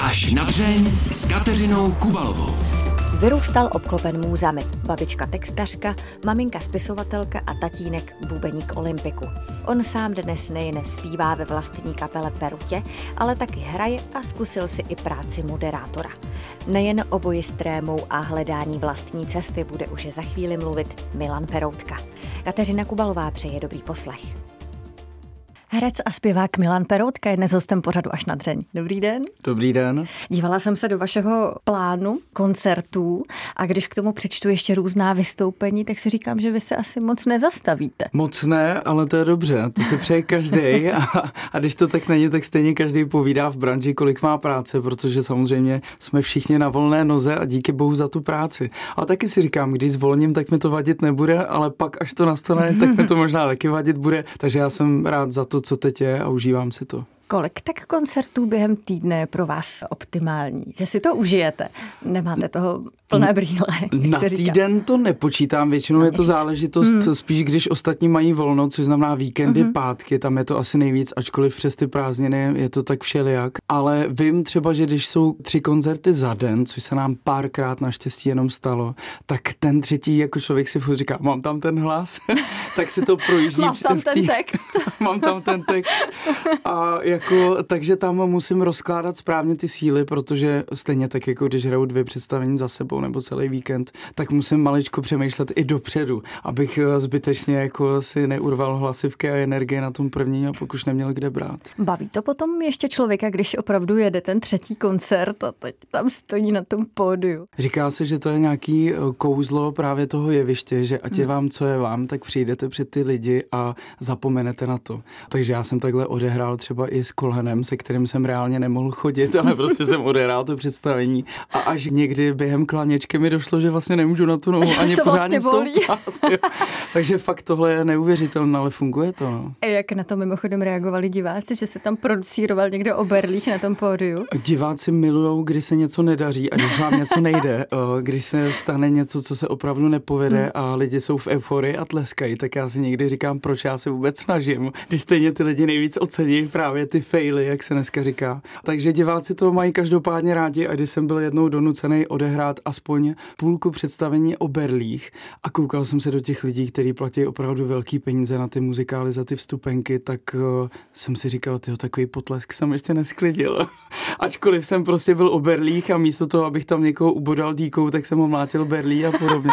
Až na dřeň s Kateřinou Kubalovou. Vyrůstal obklopen můzami. Babička textařka, maminka spisovatelka a tatínek bubeník olympiku. On sám dnes nejen zpívá ve vlastní kapele Perutě, ale taky hraje a zkusil si i práci moderátora. Nejen o boji s trémou a hledání vlastní cesty bude už za chvíli mluvit Milan Peroutka. Kateřina Kubalová přeje dobrý poslech. Herec a zpěvák Milan Peroutka je dnes hostem pořadu Až na dřeň. Dobrý den. Dobrý den. Dívala jsem se do vašeho plánu koncertů a když k tomu přečtu ještě různá vystoupení, tak si říkám, že vy se asi moc nezastavíte. Moc ne, ale to je dobře. To se přeje každej a když to tak není, tak stejně každý povídá v branži, kolik má práce, protože samozřejmě jsme všichni na volné noze a díky bohu za tu práci. Ale taky si říkám, když zvolním, tak mi to vadit nebude, ale pak, až to nastane, tak mi to možná taky vadit bude. Takže já jsem rád za to, co teď je a užívám si to. Kolik tak koncertů během týdne je pro vás optimální? Že si to užijete? Nemáte toho plné brýle, Na týden to nepočítám, většinou je to záležitost spíš, když ostatní mají volno, což znamená víkendy, pátky, tam je to asi nejvíc, ačkoliv přes ty prázdniny je to tak všelijak. Ale vím třeba, že když jsou 3 koncerty za den, což se nám párkrát naštěstí jenom stalo, tak ten třetí, jako člověk si furt říká, mám tam ten hlas, tak si to projíždí. Mám tam ten text. Mám tam ten text. A takže tam musím rozkládat správně ty síly, protože stejně tak, jako když hraju 2 představení za sebou nebo celý víkend, tak musím maličko přemýšlet i dopředu, abych zbytečně jako si neurval hlasivky a energie na tom první a pokud neměl kde brát. Baví to potom ještě člověka, když opravdu jede ten 3. koncert a teď tam stojí na tom pódiu? Říká se, že to je nějaký kouzlo právě toho jeviště, že ať je vám, co je vám, tak přijdete před ty lidi a zapomenete na to. Takže já jsem takhle odehrál třeba i s Kolhanem, se kterým jsem reálně nemohl chodit, ale prostě jsem odehrál to představení a až někdy během klaněčky mi došlo, že vlastně nemůžu na tu nohu ani pořádně stoupat. Takže fakt tohle je neuvěřitelné, ale funguje to. No. A jak na to mimochodem reagovali diváci, že se tam producíroval někdo o berlích na tom pódiu? Diváci milujou, když se něco nedaří a když vám něco nejde, když se stane něco, co se opravdu nepovede a lidi jsou v euforii a tleskají, tak já si někdy říkám, proč já se vůbec snažím, když stejně ty lidi nejvíc ocení právě ty faily, jak se dneska říká. Takže diváci to mají každopádně rádi a když jsem byl jednou donucený odehrát aspoň půlku představení o berlích a koukal jsem se do těch lidí, kteří platí opravdu velký peníze na ty muzikály za ty vstupenky, tak jsem si říkal, takový potlesk jsem ještě nesklidil. Ačkoliv jsem prostě byl o berlích a místo toho, abych tam někoho ubodal dýkou, tak jsem ho mlátil berlí a podobně.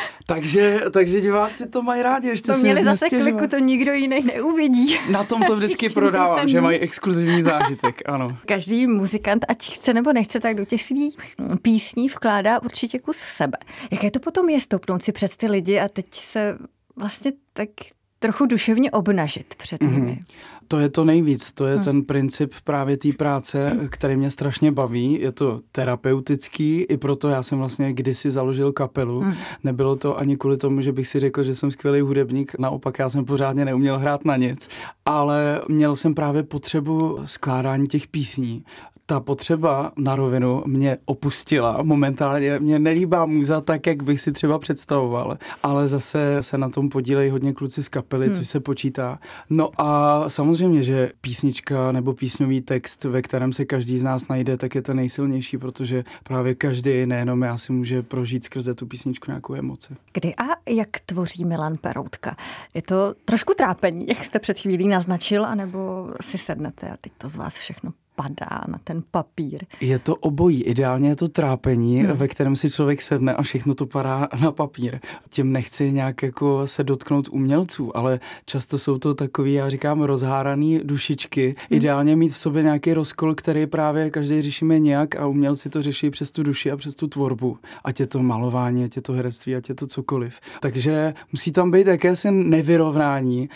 Takže diváci to mají rádi, ještě to měli zase kliku, to nikdo jiný neuvidí. Na tom to vždycky prodávám, že mají exkluzivní zážitek, ano. Každý muzikant, ať chce nebo nechce, tak do těch svých písní vkládá určitě kus sebe. Jaké to potom je stoupnout si před ty lidi a teď se vlastně tak trochu duševně obnažit před nimi? To je to nejvíc, to je ten princip právě té práce, který mě strašně baví. Je to terapeutický, i proto já jsem vlastně kdysi založil kapelu. Nebylo to ani kvůli tomu, že bych si řekl, že jsem skvělý hudebník, naopak já jsem pořádně neuměl hrát na nic, ale měl jsem právě potřebu skládání těch písní. Ta potřeba na rovinu mě opustila. Momentálně mě nelíbá můza tak, jak bych si třeba představoval, ale zase se na tom podílejí hodně kluci z kapely, což se počítá. No a samozřejmě, že písnička nebo písňový text, ve kterém se každý z nás najde, tak je ten nejsilnější, protože právě každý, nejenom já, si může prožít skrze tu písničku nějakou emoci. Kdy a jak tvoří Milan Peroutka? Je to trošku trápení, jak jste před chvílí naznačil, anebo si sednete a teď to z vás všechno padá na ten papír? Je to obojí. Ideálně je to trápení, ve kterém si člověk sedne a všechno to padá na papír. Tím nechci nějak jako se dotknout umělců, ale často jsou to takový, já říkám, rozháraný dušičky. Ideálně mít v sobě nějaký rozkol, který právě každý řešíme nějak a umělci to řeší přes tu duši a přes tu tvorbu. Ať je to malování, ať je to herectví, ať je to cokoliv. Takže musí tam být jakési nevyrovnání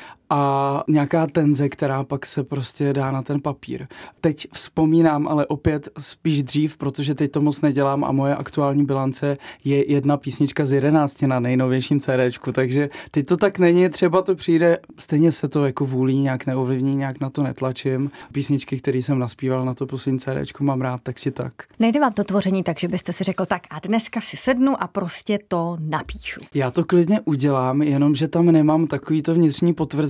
a nějaká tenze, která pak se prostě dá na ten papír. Teď vzpomínám, ale opět spíš dřív, protože teď to moc nedělám a moje aktuální bilance je 1 písnička z 11 na nejnovějším CDčku, takže teď to tak není, třeba to přijde, stejně se to jako vůlí nějak neovlivní, nějak na to netlačím. Písničky, které jsem naspíval na to poslední CDčku, mám rád tak či tak. Nejde vám to tvoření tak, že byste si řekl, tak a dneska si sednu a prostě to napíšu? Já to klidně udělám, jenomže tam nemám takový to vnitřní potvrzení,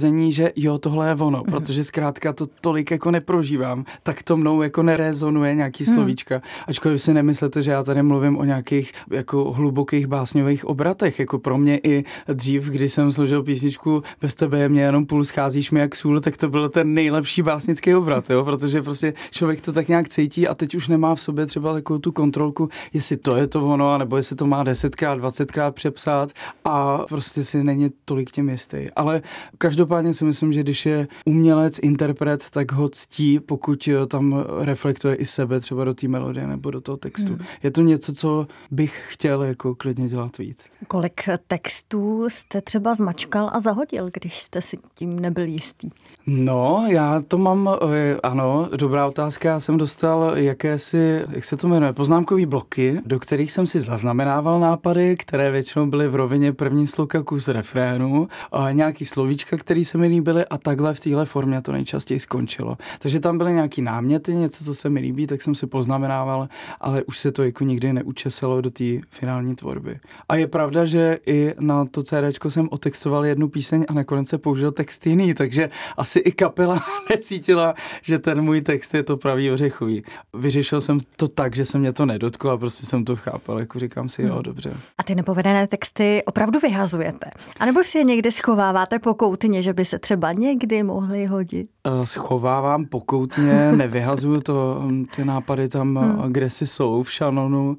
vyjádření, že jo, tohle je ono, protože zkrátka to tolik jako neprožívám, tak to mnou jako nerezonuje nějaký slovíčka. Ačkoliv si nemyslete, že já tady mluvím o nějakých jako hlubokých básňových obratech. Jako pro mě i dřív, když jsem složil písničku Bez tebe je mě jenom půl, scházíš mi jak sůl, tak to byl ten nejlepší básnický obrat, jo? Protože prostě člověk to tak nějak cítí a teď už nemá v sobě třeba takovou tu kontrolku, jestli to je to ono, nebo jestli to má 10krát, 20krát přepsat a prostě si není tolik tím jistý. Ale každopádně si myslím, že když je umělec, interpret, tak ho ctí, pokud tam reflektuje i sebe třeba do té melodie nebo do toho textu. Je to něco, co bych chtěl jako klidně dělat víc. Kolik textů jste třeba zmačkal a zahodil, když jste si tím nebyl jistý? No, já to mám, ano, dobrá otázka. Já jsem dostal jakési, jak se to jmenuje, poznámkový bloky, do kterých jsem si zaznamenával nápady, které většinou byly v rovině první sloka kus refrénu, a nějaký slovíčka, které se mi líbily a takhle v téhle formě to nejčastěji skončilo. Takže tam byly nějaký náměty, něco, co se mi líbí, tak jsem si poznamenával, ale už se to jako nikdy neučesalo do té finální tvorby. A je pravda, že i na to CDčko jsem otextoval jednu píseň a nakonec se použil text jiný, takže asi i kapela necítila, že ten můj text je to pravý ořechový. Vyřešil jsem to tak, že se mě to nedotklo a prostě jsem to chápal, jako říkám si, jo, dobře. A ty nepovedené texty opravdu vyhazujete? A nebo si je někdy schováváte pokoutně, že by se třeba někdy mohly hodit? Schovávám pokoutně, nevyhazuju to, ty nápady tam, kde si jsou v šanonu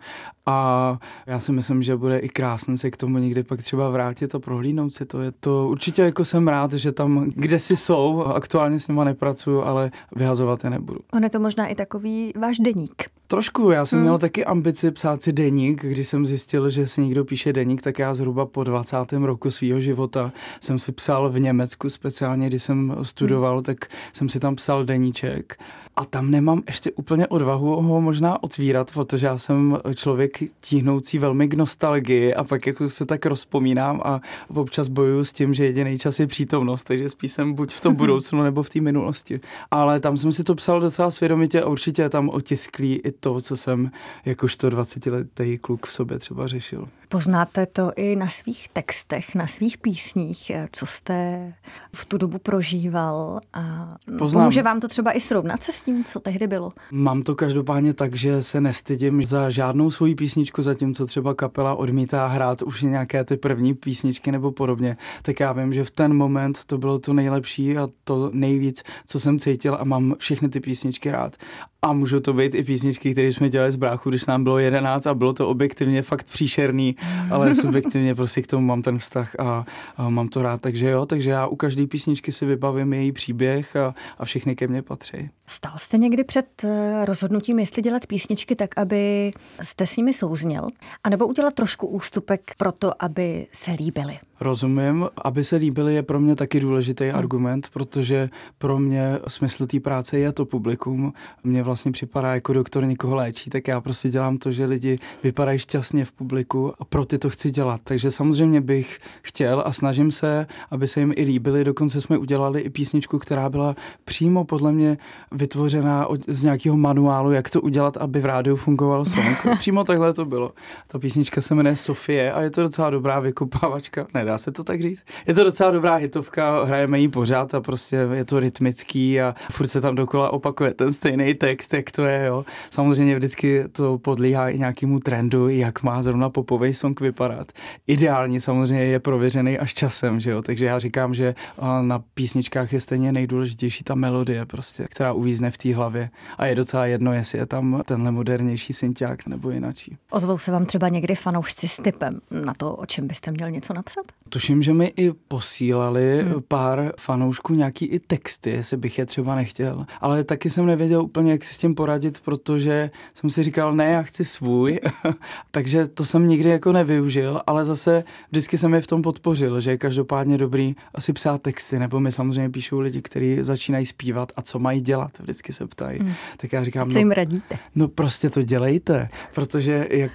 a já si myslím, že bude i krásné se k tomu někdy pak třeba vrátit a prohlídnout si to. Je to určitě jako jsem rád, že tam, kde si jsou, aktuálně s nima nepracuju, ale vyhazovat je nebudu. On je to možná i takový váš deník. Trošku, já jsem měl taky ambici psát si deník, když jsem zjistil, že si někdo píše deník, tak já zhruba po 20. roku svýho života jsem si psal v Německu, speciálně když jsem studoval, tak jsem si tam psal deníček. A tam nemám ještě úplně odvahu ho možná otvírat, protože já jsem člověk tíhnoucí velmi k nostalgii a pak jako se tak rozpomínám a občas bojuju s tím, že jediný čas je přítomnost, takže spíš jsem buď v tom budoucnu nebo v té minulosti. Ale tam jsem si to psal docela svědomitě a určitě tam otisklí i to, co jsem jakožto 20letý kluk v sobě třeba řešil. Poznáte to i na svých textech, na svých písních, co jste v tu dobu prožíval a pomůže vám to třeba i srovnat se s tím, co tehdy bylo? Mám to každopádně tak, že se nestydím za žádnou svoji písničku, zatímco třeba kapela odmítá hrát už nějaké ty první písničky nebo podobně, tak já vím, že v ten moment to bylo to nejlepší a to nejvíc, co jsem cítil a mám všechny ty písničky rád. A můžou to být i písničky, které jsme dělali s bráchou, když nám bylo 11 a bylo to objektivně fakt příšerný, ale subjektivně prostě k tomu mám ten vztah a mám to rád. Takže jo, takže já u každé písničky si vybavím její příběh a všechny ke mně patří. Stál jste někdy před rozhodnutím, jestli dělat písničky tak, aby jste s nimi souzněl, anebo udělat trošku ústupek pro to, aby se líbily? Rozumím, aby se líbily je pro mě taky důležitý argument, protože pro mě smysl té práce je to publikum. Mně vlastně připadá, jako doktor někoho léčí, tak já prostě dělám to, že lidi vypadají šťastně v publiku a pro ty to chci dělat. Takže samozřejmě bych chtěl a snažím se, aby se jim i líbily. Dokonce jsme udělali i písničku, která byla přímo podle mě vytvořená z nějakého manuálu, jak to udělat, aby v rádiu fungoval song. Přímo takhle to bylo. Ta písnička se jmenuje Sofie a je to docela dobrá vykopávačka. Nedá se to tak říct. Je to docela dobrá hitovka, hrajeme ji pořád a prostě je to rytmický a furt se tam dokola opakuje ten stejný text, jak to je, jo. Samozřejmě vždycky to podlíhá i nějakému trendu, jak má zrovna popový song vypadat. Ideální samozřejmě je prověřený až časem, že jo. Takže já říkám, že na písničkách je stejně nejdůležitější ta melodie prostě, která uvízne v té hlavě a je docela jedno, jestli je tam tenhle modernější synťák nebo jinačí. Ozvou se vám třeba někdy fanoušci s tipem na to, o čem byste měl něco napsat? Tuším, že mi i posílali pár fanoušků nějaký i texty, jestli bych je třeba nechtěl. Ale taky jsem nevěděl úplně, jak si s tím poradit, protože jsem si říkal, ne, já chci svůj. Takže to jsem nikdy jako nevyužil, ale zase vždycky jsem je v tom podpořil, že je každopádně dobrý asi psát texty, nebo mi samozřejmě píšou lidi, kteří začínají zpívat a co mají dělat, vždycky se ptají. Tak já říkám, co jim radíte? No prostě to dělejte, protože jako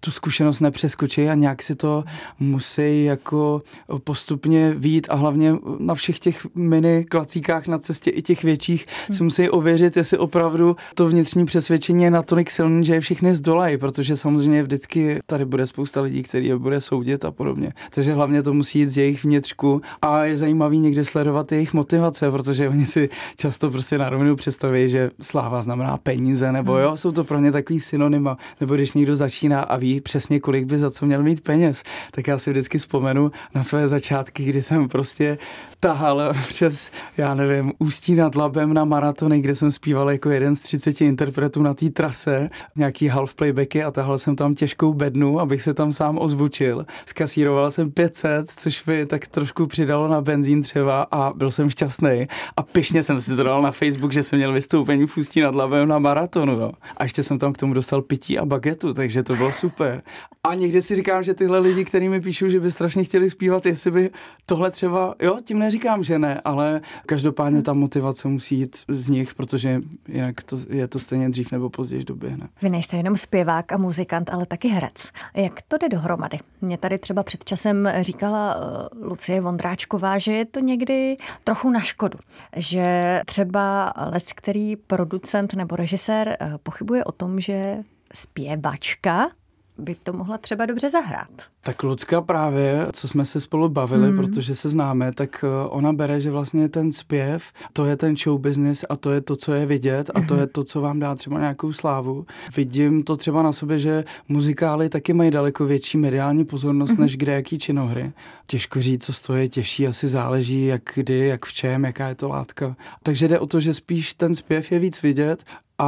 tu zkušenost nepřeskočí a nějak si to musí jako postupně vyjít a hlavně na všech těch mini klacíkách na cestě i těch větších si musí ověřit, jestli opravdu to vnitřní přesvědčení je natolik silný, že je všechny zdolají, protože samozřejmě vždycky tady bude spousta lidí, který je bude soudit a podobně. Takže hlavně to musí jít z jejich vnitřku a je zajímavý někdy sledovat jejich motivace, protože oni si často prostě na rovinu představí, že sláva znamená peníze, nebo jo, jsou to pro ně takový synonyma, nebo když někdo začíná a ví přesně, kolik by za co měl mít peněz, tak já si vždycky vzpomenu na své začátky, kdy jsem prostě tahal přes, já nevím, Ústí nad Labem na maratony, kde jsem zpíval jako jeden z 30 interpretů na té trase, nějaký half playbacky a tahal jsem tam těžkou bednu, abych se tam sám ozvučil. Skasíroval jsem 500, což by tak trošku přidalo na benzín třeba a byl jsem šťastný. A pyšně jsem si to dal na Facebook, že jsem měl vystoupení v Ústí nad Labem na maratonu. Jo. A ještě jsem tam k tomu dostal pití a bagetu, takže to bylo super. A někdy si říkám, že tyhle lidi, kteří mi píšou, že by strašně chtěli zpívat, jestli by tohle třeba, jo, tím neříkám, že ne, ale každopádně ta motivace musí jít z nich, protože jinak je to stejně dřív nebo později doběhne. Vy nejste jenom zpěvák a muzikant, ale taky herec. Jak to jde dohromady? Mě tady třeba před časem říkala Lucie Vondráčková, že je to někdy trochu na škodu, že třeba leckterý producent nebo režisér pochybuje o tom, že zpěvačka by to mohla třeba dobře zahrát. Tak Lucka právě, co jsme se spolu bavili, protože se známe, tak ona bere, že vlastně ten zpěv, to je ten show business a to je to, co je vidět a to je to, co vám dá třeba nějakou slávu. Vidím to třeba na sobě, že muzikály taky mají daleko větší mediální pozornost než kdejaký činohry. Těžko říct, co z toho je těžší, asi záleží, jak kdy, jak v čem, jaká je to látka. Takže jde o to, že spíš ten zpěv je víc vidět,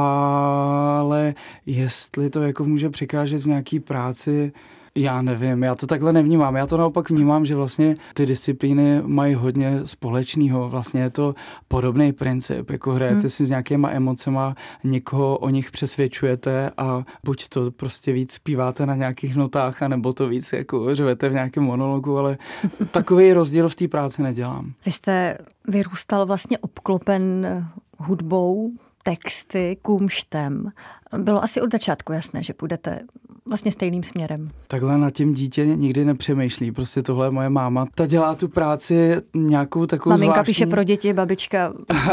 ale jestli to jako může překážet v nějaký práci, já nevím, já to takhle nevnímám. Já to naopak vnímám, že vlastně ty disciplíny mají hodně společného. Vlastně je to podobný princip, jako hrajete si s nějakýma emocema, někoho o nich přesvědčujete a buď to prostě víc zpíváte na nějakých notách, anebo to víc jako řvete v nějakém monologu, ale takový rozdíl v té práci nedělám. Vy jste vyrůstal vlastně obklopen hudbou, texty, kůmštem. Bylo asi od začátku jasné, že půjdete vlastně stejným směrem. Takhle nad tím dítě nikdy nepřemýšlí. Prostě tohle je moje máma. Ta dělá tu práci nějakou takovou Maminka zvláštní... píše pro děti, babička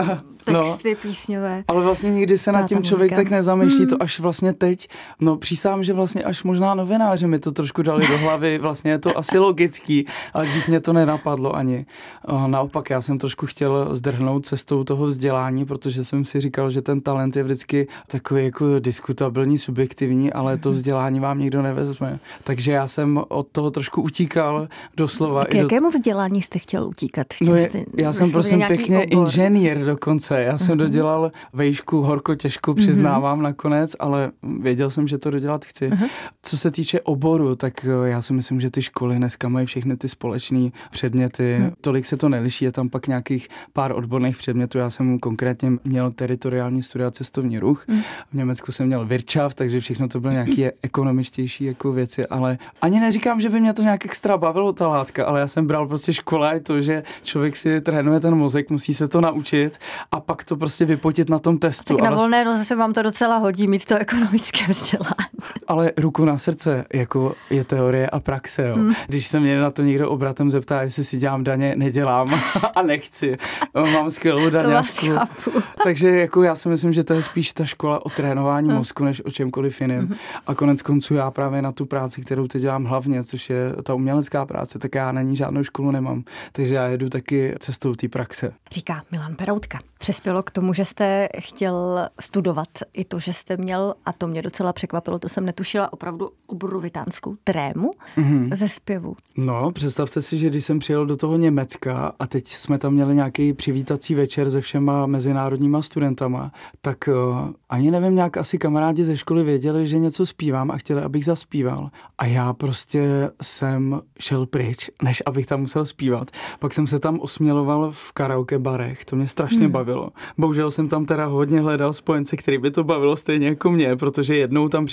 texty písňové. Ale vlastně nikdy se nad tím člověk tak nezamýšlí, to až vlastně teď. No přísám, že vlastně až možná novináři mi to trošku dali do hlavy. Vlastně je to asi logický, ale dřív mě to nenapadlo ani. Naopak já jsem trošku chtěl zdrhnout cestou toho vzdělání, protože jsem si říkal, že ten talent je vždycky takový jako diskutabilní, subjektivní, ale to vzdělání vám nikdo nevezme. Takže já jsem od toho trošku utíkal doslova. K jakému vzdělání jste chtěl utíkat? Já jsem prosím pěkně inženýr dokonce. Já jsem dodělal vejšku horko těžko, přiznávám nakonec, ale věděl jsem, že to dodělat chci. Co se týče oboru, tak já si myslím, že ty školy dneska mají všechny ty společné předměty. Tolik se to neliší, je tam pak nějakých pár odborných předmětů. Já jsem konkrétně měl teritoriální studia cestovní ruch. V Německu jsem měl Wirtschaft, takže všechno to byly nějaké ekonomičtější jako věci, ale ani neříkám, že by mě to nějak extra bavilo ta látka, ale já jsem bral prostě škola i to, že člověk si trénuje ten mozek, musí se to naučit a pak to prostě vypotit na tom testu. Tak na volné noze se vám to docela hodí mít to ekonomické vzdělání. Ale ruku na srdce, jako je teorie a praxe, jo. Když se mě na to někdo obratem zeptá, jestli si dělám daně, nedělám a nechci. Mám skvělou daňovku. Takže jako já si myslím, že to je spíš ta škola o trénování mozku, než o čemkoliv jiném. A konec konců já právě na tu práci, kterou teď dělám hlavně, což je ta umělecká práce, tak já na ní žádnou školu nemám. Takže já jedu taky cestou té praxe. Říká Milan Peroutka. Přispělo k tomu, že jste chtěl studovat i to, že jste měl, a to mě docela překvapilo, to jsem netušila, opravdu obrovitánskou trému ze zpěvu. No, představte si, že když jsem přijel do toho Německa a teď jsme tam měli nějaký přivítací večer se všema mezinárodníma studentama, tak ani nevím, nějak asi kamarádi ze školy věděli, že něco zpívám a chtěli, abych zaspíval. A já prostě jsem šel pryč, než abych tam musel zpívat. Pak jsem se tam osměloval v karaoke barech, to mě strašně bavilo. Bohužel jsem tam teda hodně hledal spojence, který by to bavilo stejně jako mě, protože jednou tam přišel každý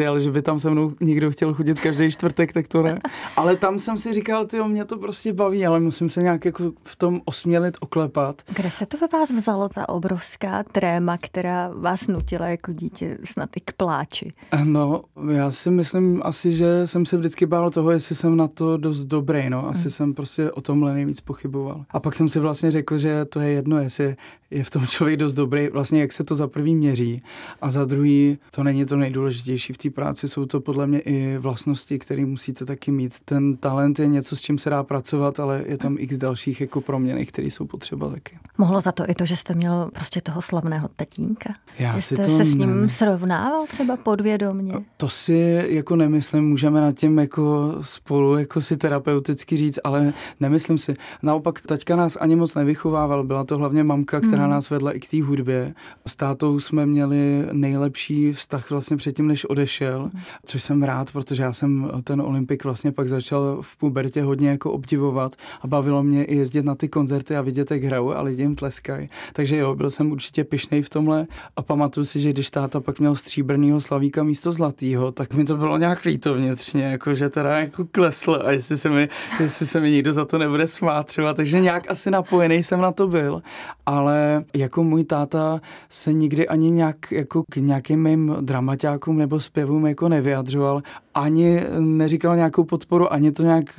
televizi, ale že by tam se mnou někdo chtěl chodit každý čtvrtek, tak to ne. Ale tam jsem si říkal, tyjo, mě to prostě baví, ale musím se nějak jako v tom osmělit, oklepat. Kde se to ve vás vzalo, ta obrovská tréma, která vás nutila jako dítě snad i k pláči? No, já si myslím asi, že jsem se vždycky bál toho, jestli jsem na to dost dobrý, no. Asi jsem prostě o tomhle nejvíc pochyboval. A pak jsem si vlastně řekl, že to je jedno, jestli je v tom člověk dost dobrý, vlastně jak se to za prvý měří a za druhý to není to nejdůležitější v té práci, jsou to podle mě i vlastnosti, které musíte taky mít. Ten talent je něco, s čím se dá pracovat, ale je tam x dalších jako proměny, které jsou potřeba taky. Mohlo za to i to, že jste měl prostě toho slavného tatínka? Já že si jste to se s ním srovnával třeba podvědomě? To si jako nemyslím, můžeme nad tím jako spolu jako si terapeuticky říct, ale nemyslím si. Naopak taťka nás ani moc nevychovával, byla to hlavně mamka, která nás vedla i k té hudbě. S tátou jsme měli nejlepší vztah vlastně předtím, než odešel, což jsem rád, protože já jsem ten Olympik vlastně pak začal v pubertě hodně jako obdivovat a bavilo mě i jezdit na ty koncerty a vidět, jak hrajou a lidi jim tleskají. Takže jo, byl jsem určitě pyšnej v tomhle a pamatuju si, že když táta pak měl stříbrnýho slavíka místo zlatýho, tak mi to bylo nějak líto vnitřně, jako že teda jako klesl a jestli se mi někdo za to nebude smát třeba, takže nějak asi napojený jsem na to byl, ale jako můj táta se nikdy ani nějak jako k nějakým mým dramaťákům nebo zpěvům jako nevyjadřoval, ani neříkal nějakou podporu, ani to nějak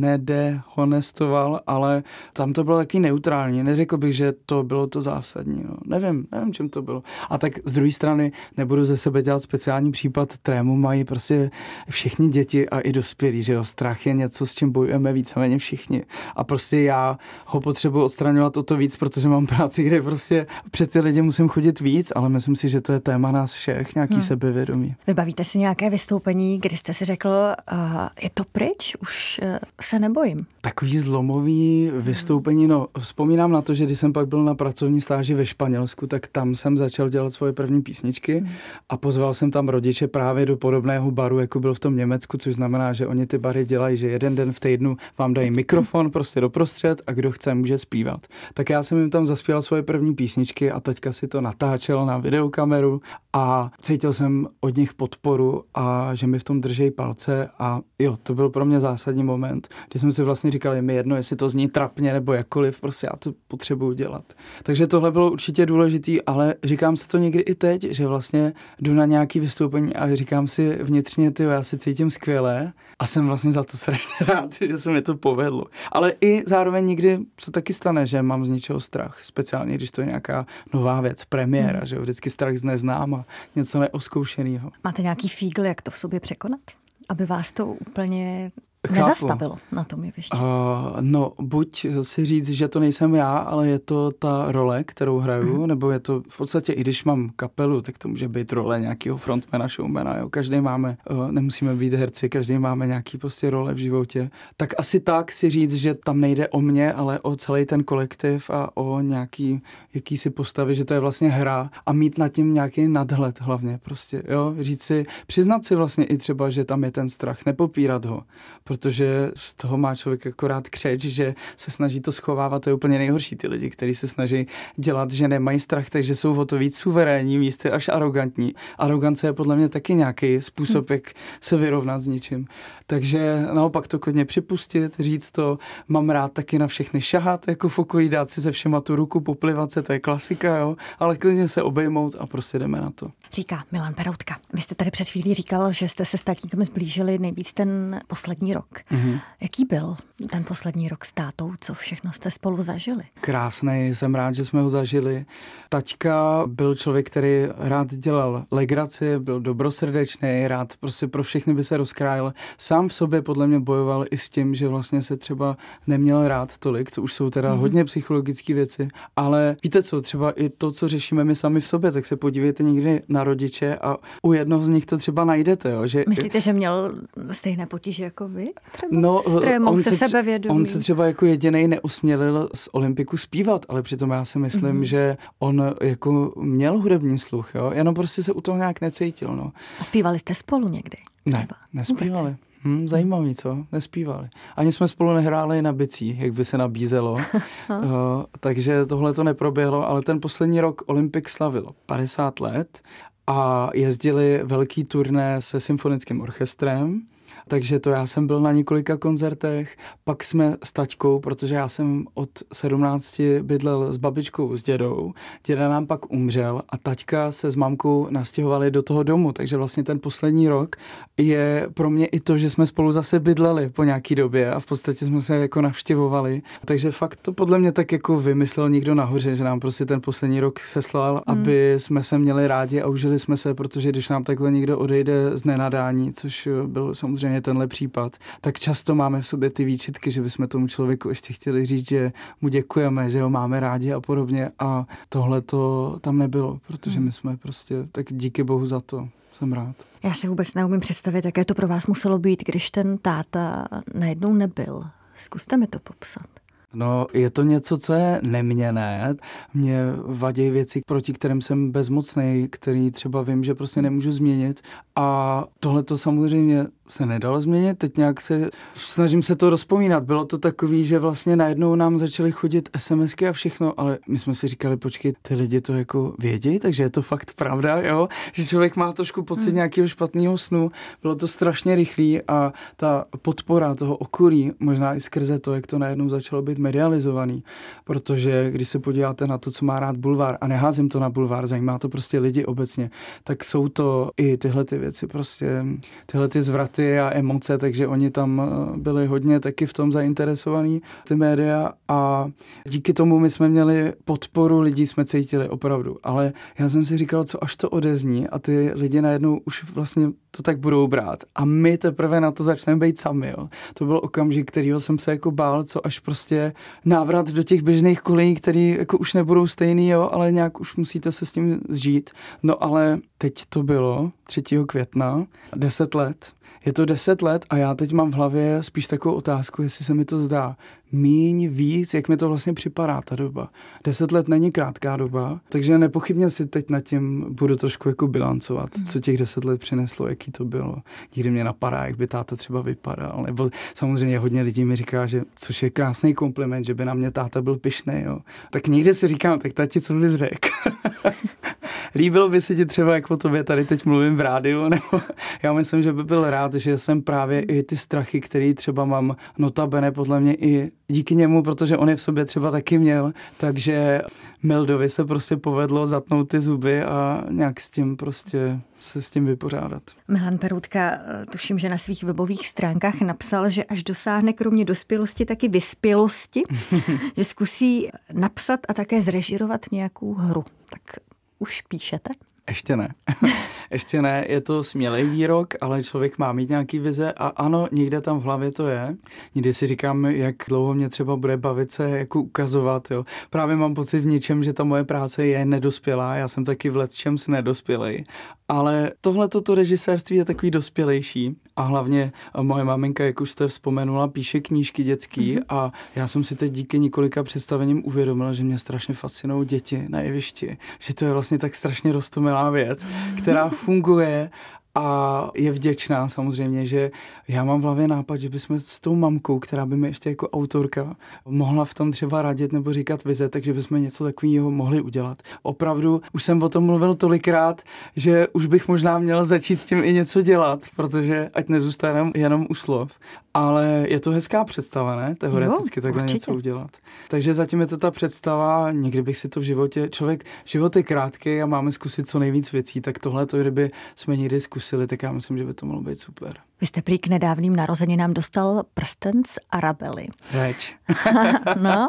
nedehonestoval, ale tam to bylo taky neutrální. Neřekl bych, že to bylo to zásadní. No. Nevím, čem to bylo. A tak z druhé strany nebudu ze sebe dělat speciální případ, trému mají prostě všichni děti a i dospělí, že jo. Strach je něco, s čím bojujeme víceméně všichni. A prostě já ho potřebuji odstraňovat o to víc, protože mám práci, kde prostě před ty lidi musím chodit víc, ale myslím si, že to je téma nás všech, nějaký sebevědomí. Vybavíte si nějaké vystoupení, kdy jste si řekl, je to pryč, už se nebojím? Takový zlomový vystoupení, no vzpomínám na to, že když jsem pak byl na pracovní stáži ve Španělsku, tak tam jsem začal dělat svoje první písničky a pozval jsem tam rodiče právě do podobného baru, jako byl v tom Německu, což znamená, že oni ty bary dělají, že jeden den v týdnu vám dají mikrofon prostě doprostřed a kdo chce, může zpívat. Tak já jsem jim tam zaspíval svoje první písničky a teďka si to natáčel na videokameru a cítil jsem od nich podporu a že mi v tom drží palce a jo, to byl pro mě zásadní moment, kdy jsem si vlastně říkal, je mi jedno, jestli to zní trapně nebo jakkoliv, prostě já to potřebuju dělat. Takže tohle bylo určitě důležitý, ale říkám si to někdy i teď, že vlastně jdu na nějaký vystoupení a říkám si vnitřně, tyjo, já se cítím skvěle a jsem vlastně za to strašně rád, že se mi to povedlo. Ale i zároveň někdy se taky stane, že mám z něčeho strach, speciálně když to je nějaká nová věc, premiéra, že jo, vždycky strach z neznáma, něco neoskoušeného. Máte nějaký fígl, jak to v sobě překonat? Aby vás to úplně nezastavilo na tom jevišti. No, buď si říct, že to nejsem já, ale je to ta role, kterou hraju, nebo je to v podstatě, i když mám kapelu, tak to může být role nějakého frontmana, showmana, jo. Každý máme, nemusíme být herci, každý máme nějaký prostě role v životě. Tak asi tak si říct, že tam nejde o mě, ale o celý ten kolektiv a o nějaký jakýsi postavy, že to je vlastně hra a mít nad tím nějaký nadhled hlavně prostě, jo. Říct si, přiznat si vlastně i třeba, že tam je ten strach, nepopírat ho. Protože z toho má člověk akorát křeč, že se snaží to schovávat, to je úplně nejhorší ty lidi, kteří se snaží dělat, že nemají strach, takže jsou o to víc suverénní, místy až arrogantní. Arogance je podle mě taky nějaký způsob, jak se vyrovnat s něčím. Takže naopak to klidně připustit, říct to, mám rád taky na všechny šahat, jako v okolí, dát si se všema tu ruku, poplivat se, to je klasika, jo, ale klidně se obejmout a prostě jdeme na to. Říká Milan Peroutka. Vy jste tady před chvílí říkal, že jste se s tatínkem zblížili nejvíc ten poslední rok. Jaký byl ten poslední rok s tátou? Co všechno jste spolu zažili? Krásný, jsem rád, že jsme ho zažili. Taťka byl člověk, který rád dělal legraci, byl dobrosrdečný, rád prostě pro všechny by se rozkrájel. Sám v sobě podle mě bojoval i s tím, že vlastně se třeba neměl rád tolik, to už jsou teda hodně psychologické věci, ale víte co, třeba i to, co řešíme my sami v sobě, tak se podívejte někdy na rodiče a u jednoho z nich to třeba najdete. Jo, že... Myslíte, že měl stejné potíže jako vy? Třeba s trémou, se sebevědomí? On se třeba jako jedinej neusmělil z Olympiku zpívat, ale přitom já si myslím, že on jako měl hudební sluch, jo, jenom prostě se u toho nějak necítil. No. A zpívali jste spolu někdy? Ne, nespívali. Zajímavý, co? Nespívali. Ani jsme spolu nehráli na bicích, jak by se nabízelo. Takže tohle to neproběhlo, ale ten poslední rok Olympik slavil 50 let a jezdili velký turné se symfonickým orchestrem. Takže to já jsem byl na několika koncertech, pak jsme s taťkou, protože já jsem od 17 bydlel s babičkou, s dědou. Děda nám pak umřel a taťka se s mamkou nastěhovali do toho domu, takže vlastně ten poslední rok je pro mě i to, že jsme spolu zase bydleli po nějaký době a v podstatě jsme se jako navštěvovali. Takže fakt to podle mě tak jako vymyslel někdo nahoře, že nám prostě ten poslední rok seslal, aby jsme se měli rádi a užili jsme se, protože když nám takhle někdo odejde z nenadání, což byl samozřejmě tenhle případ, tak často máme v sobě ty výčitky, že bychom tomu člověku ještě chtěli říct, že mu děkujeme, že ho máme rádi a podobně a tohle to tam nebylo, protože my jsme prostě, tak díky bohu za to, jsem rád. Já si vůbec neumím představit, jaké to pro vás muselo být, když ten táta najednou nebyl. Zkuste mi to popsat. No, je to něco, co je neměnné. Mně vadí věci, proti kterým jsem bezmocnej, který třeba vím, že prostě nemůžu změnit. A tohle to samozřejmě se nedalo změnit. Teď nějak snažím se to rozpomínat. Bylo to takový, že vlastně najednou nám začaly chodit SMSky a všechno, ale my jsme si říkali, počkej, ty lidi to jako vědí, takže je to fakt pravda, jo? Že člověk má trošku pocit nějakého špatného snu. Bylo to strašně rychlý a ta podpora toho okolí, možná i skrze to, jak to najednou začalo být medializovaný, protože když se podíváte na to, co má rád bulvár, a neházím to na bulvár, zajímá to prostě lidi obecně, tak jsou to i tyhle ty věci, prostě tyhle ty zvraty a emoce, takže oni tam byli hodně taky v tom zainteresovaní, ty média, a díky tomu my jsme měli podporu, lidí jsme cítili opravdu, ale já jsem si říkal, co až to odezní a ty lidi najednou už vlastně to tak budou brát a my teprve na to začneme být sami, jo. To byl okamžik, kterýho jsem se jako bál, co až prostě návrat do těch běžných kolejí, který jako už nebudou stejný, jo, ale nějak už musíte se s tím zžít. No ale teď to bylo 3. května, 10 let. Je to 10 let a já teď mám v hlavě spíš takovou otázku, jestli se mi to zdá míň, víc, jak mi to vlastně připadá ta doba. 10 let není krátká doba, takže nepochybně si teď nad tím budu trošku jako bilancovat, co těch 10 let přineslo, jaký to bylo. Někdy mě napadá, jak by táta třeba vypadal, nebo samozřejmě hodně lidí mi říká, že což je krásný kompliment, že by na mě táta byl pyšnej, jo. Tak někdy si říkám, tak tati, co bys řekl? Líbilo by se ti třeba, jak o tobě tady teď mluvím v rádiu, nebo já myslím, že by byl rád, že jsem právě i ty strachy, které třeba mám notabene podle mě i díky němu, protože on je v sobě třeba taky měl, takže Mildovi se prostě povedlo zatnout ty zuby a nějak s tím prostě se s tím vypořádat. Milan Peroutka, tuším, že na svých webových stránkách napsal, že až dosáhne kromě dospělosti taky vyspělosti, že zkusí napsat a také zrežirovat nějakou hru. Tak už píšete? Ještě ne. Ještě ne, je to smělej výrok, ale člověk má mít nějaký vize a ano, někde tam v hlavě to je. Někdy si říkám, jak dlouho mě třeba bude bavit se jako ukazovat. Jo. Právě mám pocit v něčem, že ta moje práce je nedospělá, já jsem taky v lecčems nedospělej. Ale tohleto režisérství je takový dospělejší a hlavně moje maminka, jak už jste vzpomenula, píše knížky dětský a já jsem si teď díky několika představením uvědomila, že mě strašně fascinují děti na jevišti, že to je vlastně tak strašně roztomilá věc, která funguje a je vděčná samozřejmě, že já mám v hlavě nápad, že bychom s tou mamkou, která by mi ještě jako autorka mohla v tom třeba radit nebo říkat vize, takže bychom něco takového mohli udělat. Opravdu už jsem o tom mluvil tolikrát, že už bych možná měl začít s tím i něco dělat, protože ať nezůstane jenom u slov. Ale je to hezká představa, ne? Teoreticky takhle určitě něco udělat. Takže zatím je to ta představa, někdy bych si to v životě, život je krátký a máme zkusit co nejvíc věcí, tak tohle to, kdyby jsme někdy zkusili, tak já myslím, že by to mohlo být super. Vy jste prý k nedávným narozeninám dostal prsten z Arabely. Reč. No.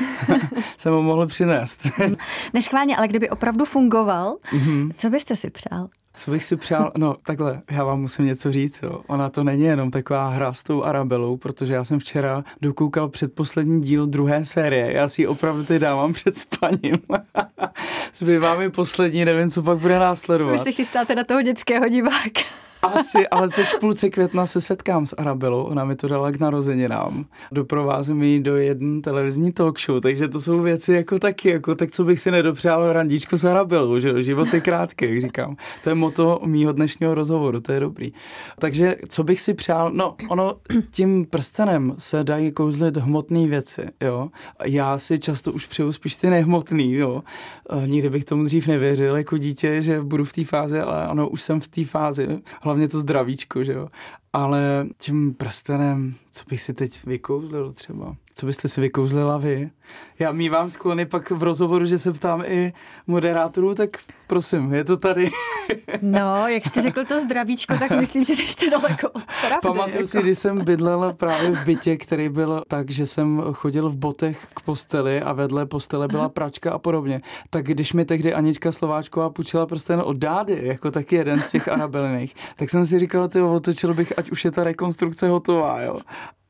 Jsem ho mohl přinést. Neschválně, ale kdyby opravdu fungoval, co byste si přál? Co bych si přál? No takhle, já vám musím něco říct, jo. Ona to není jenom taková hra s tou Arabelou, protože já jsem včera dokoukal předposlední díl 2. série. Já si ji opravdu teď dávám před spaním. Zbývá mi poslední, nevím, co pak bude následovat. Vy si chystáte na toho dětského diváka. Asi, ale teď v půlce května se setkám s Arabelou, ona mi to dala k narozeninám. Doprovázím ji do jedné televizní talk show, takže to jsou věci jako taky, jako tak co bych si nedopřál randíčko s Arabelou, že život je krátký, jak říkám. To je motto mýho dnešního rozhovoru, to je dobrý. Takže co bych si přál, no ono tím prstenem se dají kouzlit hmotné věci, jo. Já si často už přeju spíš ty nehmotný, jo. Nikdy bych tomu dřív nevěřil jako dítě, že budu v té fázi, ale ano, už jsem v té fázi, hlavně to zdravíčko, že jo. Ale tím prstenem, co bych si teď vykouzlil třeba? Co byste si vykouzlila vy? Já mívám sklony pak v rozhovoru, že se ptám i moderátorů, tak prosím, je to tady. No, jak jste řekl to zdravíčko, tak myslím, že jste daleko od pravdy. Pamatuju si, když jsem bydlel právě v bytě, který byl tak, že jsem chodil v botech k posteli a vedle postele byla pračka a podobně. Tak když mi tehdy Anička Slováčková půjčila prsten od Dády, jako taky jeden z těch Arabeliných, tak jsem si říkal, otočil bych, ať už je ta rekonstrukce hotová, jo.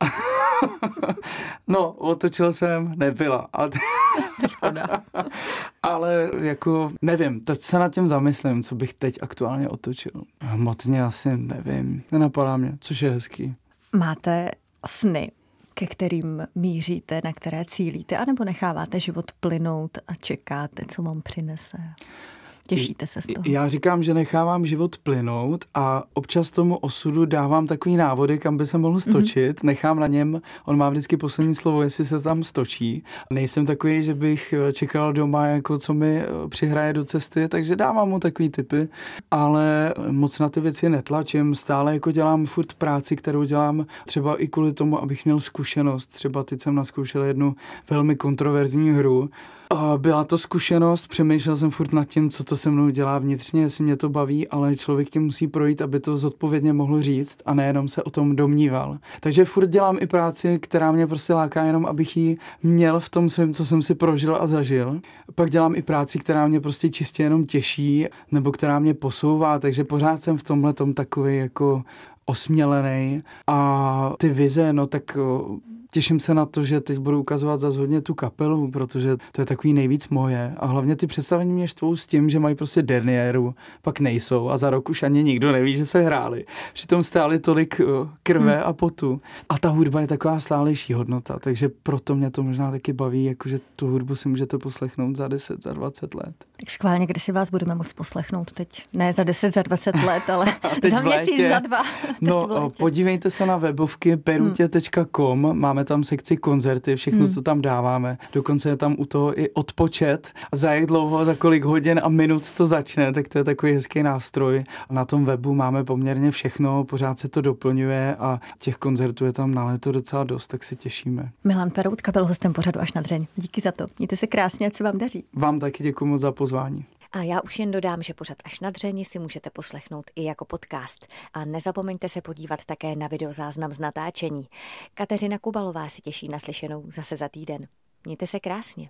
No, otočil jsem, nebyla. Ale jako, nevím, teď se nad tím zamyslím, co bych teď aktuálně otočil. Hmotně asi nevím, nenapadá mě, což je hezký. Máte sny, ke kterým míříte, na které cílíte, anebo necháváte život plynout a čekáte, co vám přinese? Těšíte se z toho? Já říkám, že nechávám život plynout a občas tomu osudu dávám takový návody, kam by se mohl stočit. Nechám na něm, on má vždycky poslední slovo, jestli se tam stočí. Nejsem takový, že bych čekal doma, jako co mi přihraje do cesty, takže dávám mu takový tipy, ale moc na ty věci netlačím. Stále jako dělám furt práci, kterou dělám třeba i kvůli tomu, abych měl zkušenost. Třeba teď jsem naskoušel jednu velmi kontroverzní hru. Byla to zkušenost, přemýšlel jsem furt nad tím, co to se mnou dělá vnitřně, jestli mě to baví, ale člověk tím musí projít, aby to zodpovědně mohl říct a nejenom se o tom domníval. Takže furt dělám i práci, která mě prostě láká, jenom abych ji měl v tom svém, co jsem si prožil a zažil. Pak dělám i práci, která mě prostě čistě jenom těší, nebo která mě posouvá, takže pořád jsem v tomhletom takový jako osmělený. A ty vize, no tak těším se na to, že teď budu ukazovat zase hodně tu kapelu, protože to je takový nejvíc moje. A hlavně ty představení mě štvou s tím, že mají prostě derniéru, pak nejsou a za rok už ani nikdo neví, že se hráli. Přitom stáli tolik krve a potu. A ta hudba je taková stálejší hodnota, takže proto mě to možná taky baví, jakože tu hudbu si můžete poslechnout za 10, za 20 let. Tak schválně, kdy si vás budeme moct poslechnout teď? Ne za 10, za 20 let, ale za měsíc, za 2. No, podívejte se na webovky perutě.com, máme tam sekci koncerty, všechno, co tam dáváme. Dokonce je tam u toho i odpočet. Za jak dlouho, za kolik hodin a minut to začne, tak to je takový hezký nástroj. Na tom webu máme poměrně všechno, pořád se to doplňuje a těch koncertů je tam na léto docela dost, tak se těšíme. Milan Peroutka byl hostem pořadu Až na dřeň. Díky za to. Mějte se krásně, ať se vám daří. Vám taky děkuji moc za pozvání. A já už jen dodám, že pořad Až na dřeň si můžete poslechnout i jako podcast. A nezapomeňte se podívat také na videozáznam z natáčení. Kateřina Kubalová se těší na slyšenou zase za týden. Mějte se krásně.